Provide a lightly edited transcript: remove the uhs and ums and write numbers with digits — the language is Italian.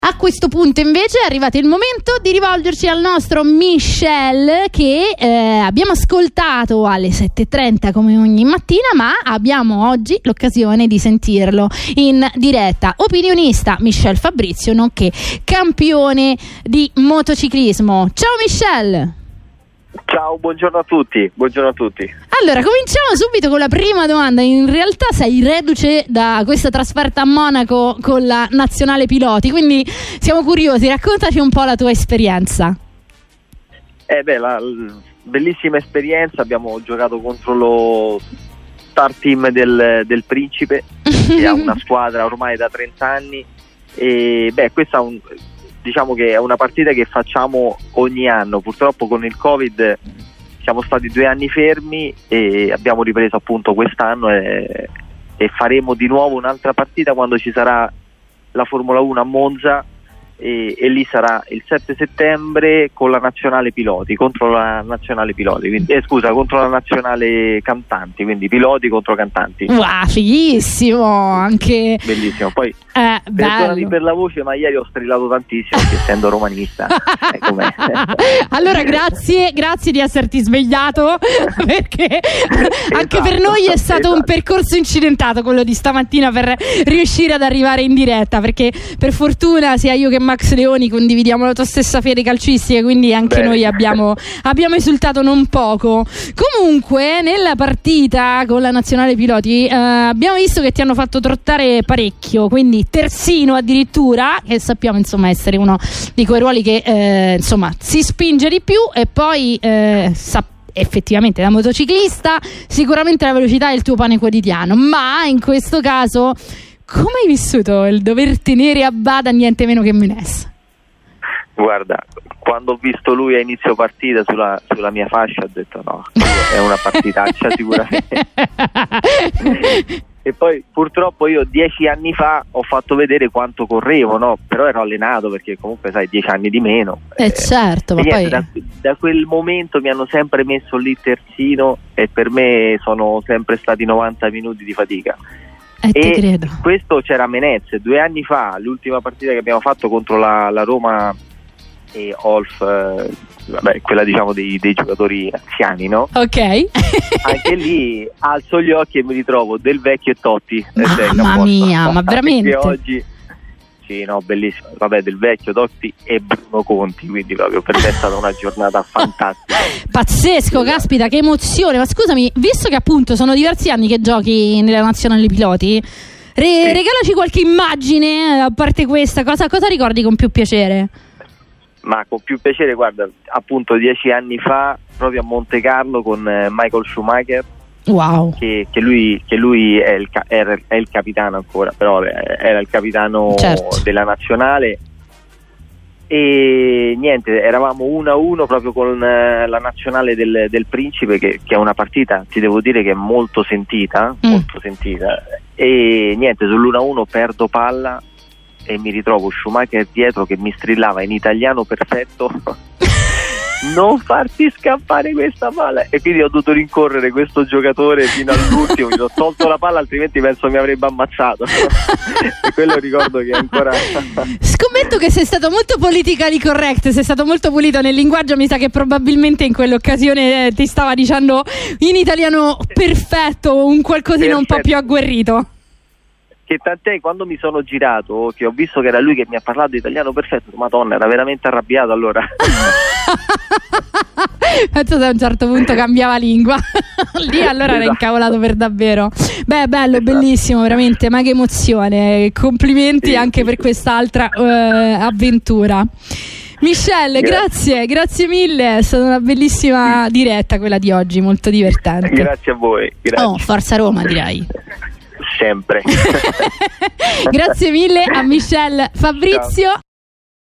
A questo punto invece è arrivato il momento di rivolgerci al nostro Michel, che abbiamo ascoltato alle 7:30 come ogni mattina, ma abbiamo oggi l'occasione di sentirlo in diretta. Opinionista Michel Fabrizio, nonché campione di motociclismo. Ciao Michel! Ciao, buongiorno a tutti. Allora, cominciamo subito con la prima domanda. In realtà sei reduce da questa trasferta a Monaco con la nazionale piloti, quindi siamo curiosi, raccontaci un po' la tua esperienza. Bellissima esperienza, abbiamo giocato contro lo Star Team del Principe, che ha una squadra ormai da 30 anni, e questa diciamo che è una partita che facciamo ogni anno. Purtroppo con il Covid siamo stati 2 anni fermi e abbiamo ripreso appunto quest'anno e faremo di nuovo un'altra partita quando ci sarà la Formula 1 a Monza, e lì sarà il 7 settembre con la nazionale piloti contro la nazionale piloti, quindi, contro la nazionale cantanti, quindi piloti contro cantanti. Wow, fighissimo, anche bellissimo. Poi perdonami per la voce, ma ieri ho strillato tantissimo perché essendo romanista. Allora grazie di esserti svegliato, perché anche per noi è stato un percorso incidentato quello di stamattina per riuscire ad arrivare in diretta, perché per fortuna sia io che Max Leoni condividiamo la tua stessa fede calcistica, quindi anche noi abbiamo esultato non poco. Comunque nella partita con la nazionale piloti abbiamo visto che ti hanno fatto trottare parecchio, quindi terzino addirittura, che sappiamo insomma essere uno di quei ruoli che si spinge di più, e poi effettivamente da motociclista sicuramente la velocità è il tuo pane quotidiano, ma in questo caso come hai vissuto il dover tenere a bada niente meno che Menes? Guarda, quando ho visto lui a inizio partita sulla mia fascia ho detto no, è una partitaccia sicuramente. E poi purtroppo io 10 anni fa ho fatto vedere quanto correvo, no? Però ero allenato, perché comunque sai 10 anni di meno. Certo, ma poi da quel momento mi hanno sempre messo lì terzino, e per me sono sempre stati 90 minuti di fatica. E credo. Questo c'era Menez 2 anni fa, l'ultima partita che abbiamo fatto contro la Roma e Olf, quella diciamo dei giocatori anziani, no? Ok. Anche lì alzo gli occhi e mi ritrovo Del Vecchio e Totti. Mamma mia, ma veramente? Oggi sì, no, bellissimo. Del Vecchio, Totti e Bruno Conti, quindi proprio per me è stata una giornata fantastica. Pazzesco, caspita, che emozione. Ma scusami, visto che appunto sono diversi anni che giochi nella nazionale piloti, regalaci qualche immagine, a parte questa, cosa ricordi con più piacere? Ma con più piacere, guarda, appunto 10 anni fa proprio a Monte Carlo con Michael Schumacher. Wow. Che lui è il capitano ancora, però era il capitano, certo, della nazionale, e niente, eravamo 1-1 proprio con la nazionale del Principe, che è una partita, ti devo dire, che è molto sentita, e niente, sull'1-1 perdo palla e mi ritrovo Schumacher dietro che mi strillava in italiano perfetto non farti scappare questa palla, e quindi ho dovuto rincorrere questo giocatore fino all'ultimo. Gli ho tolto la palla, altrimenti penso mi avrebbe ammazzato. E quello ricordo che ancora scommetto che sei stato molto politically correct, sei stato molto pulito nel linguaggio. Mi sa che probabilmente in quell'occasione ti stava dicendo in italiano perfetto un qualcosina un po' più agguerrito. Che tant'è, quando mi sono girato, che ho visto che era lui che mi ha parlato italiano perfetto, madonna, era veramente arrabbiato allora. Penso che a un certo punto cambiava lingua. Lì allora era incavolato per davvero. Bello, bellissimo, veramente, ma che emozione. Complimenti anche per quest'altra avventura. Michel, grazie mille, è stata una bellissima diretta quella di oggi, molto divertente. Grazie a voi. Grazie. Forza Roma, direi. Sempre. Grazie mille a Michel Fabrizio. Ciao.